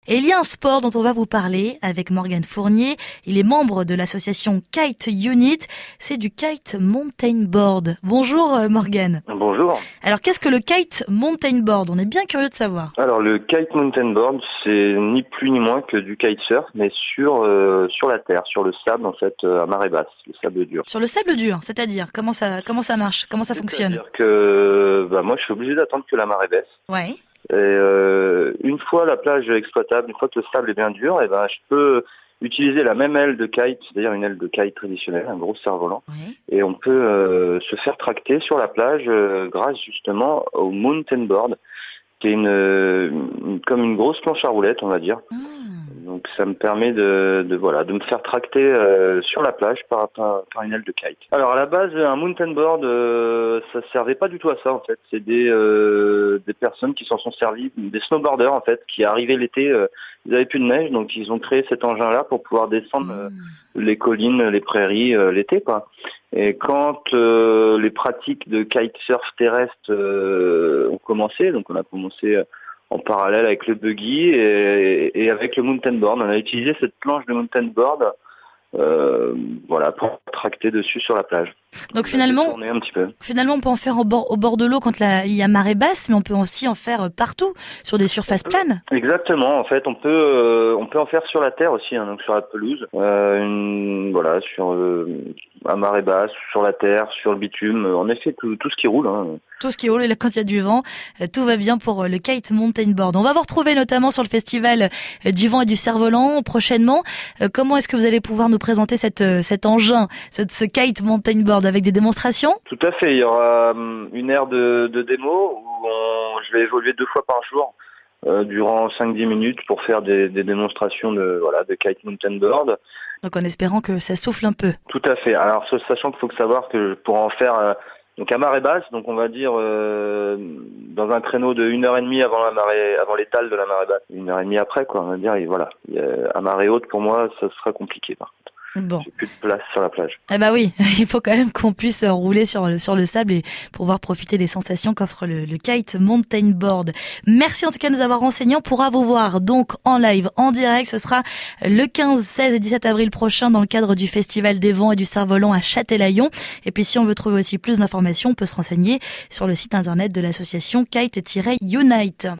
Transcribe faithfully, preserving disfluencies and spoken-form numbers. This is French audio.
Et il y a un sport dont on va vous parler avec Morgane Fournier. Il est membre de l'association Kite Unit. C'est du kite mountain board. Bonjour euh, Morgane. Bonjour. Alors qu'est-ce que le kite mountain board? On est bien curieux de savoir. Alors le kite mountain board, c'est ni plus ni moins que du kitesurf, mais sur euh, sur la terre, sur le sable en fait, euh, à marée basse, le sable dur. Sur le sable dur, c'est-à-dire comment ça comment ça marche, comment ça fonctionne? C'est-à-dire que bah moi je suis obligé d'attendre que la marée baisse. Ouais. Et euh, une fois la plage exploitable, une fois que le sable est bien dur, et ben je peux utiliser la même aile de kite, c'est-à-dire une aile de kite traditionnelle, un gros cerf-volant, Ouais. et on peut euh, se faire tracter sur la plage euh, grâce justement au mountain board, qui est une, une comme une grosse planche à roulettes, on va dire. Ah. Donc ça me permet de, de voilà de me faire tracter euh, sur la plage par, par par une aile de kite. Alors à la base un mountain board euh, ça servait pas du tout à ça en fait. C'est des euh, des personnes qui s'en sont servis, des snowboarders en fait, qui arrivaient l'été, euh, ils avaient plus de neige, donc ils ont créé cet engin-là pour pouvoir descendre euh, les collines, les prairies euh, l'été quoi. Et quand euh, les pratiques de kitesurf terrestre euh, ont commencé, donc on a commencé euh, en parallèle avec le buggy et, et avec le mountain board. On a utilisé cette planche de mountain board euh, voilà, pour tracter dessus sur la plage. Donc finalement, un petit peu. finalement, on peut en faire au bord, au bord de l'eau quand la, il y a marée basse, mais on peut aussi en faire partout, sur des surfaces planes. Exactement. En fait, on peut, euh, on peut en faire sur la terre aussi, hein, donc sur la pelouse, euh, une, voilà, sur euh, à marée basse, sur la terre, sur le bitume. En effet, tout, tout ce qui roule. Hein. Tout ce qui roule, et quand il y a du vent, tout va bien pour le kite mountain board. On va vous retrouver notamment sur le festival du vent et du cerf-volant prochainement. Comment est-ce que vous allez pouvoir nous présenter cette, cet engin, ce, ce kite mountain board avec des démonstrations? Tout à fait. Il y aura une aire de, de démo où on, je vais évoluer deux fois par jour euh, durant cinq dix minutes pour faire des, des démonstrations de voilà de kite mountain board. Donc en espérant que ça souffle un peu. Tout à fait. Alors sachant qu'il faut que savoir que pour en faire euh, donc à marée basse, donc on va dire euh, dans un créneau de une heure et demie avant la marée, avant l'étale de la marée basse, une heure et demie après quoi. On va dire et voilà. Et, euh, à marée haute pour moi ça sera compliqué par contre. Bon. J'ai plus de place sur la plage. Eh bah oui, il faut quand même qu'on puisse rouler sur le, sur le sable et pouvoir profiter des sensations qu'offre le, le kite mountain board. Merci en tout cas de nous avoir renseignés. On pourra vous voir donc en live, en direct. Ce sera le quinze, seize et dix-sept avril prochain dans le cadre du Festival des Vents et du Cerf-Volant à Châtelaillon. Et puis si on veut trouver aussi plus d'informations, on peut se renseigner sur le site internet de l'association Kite Unite.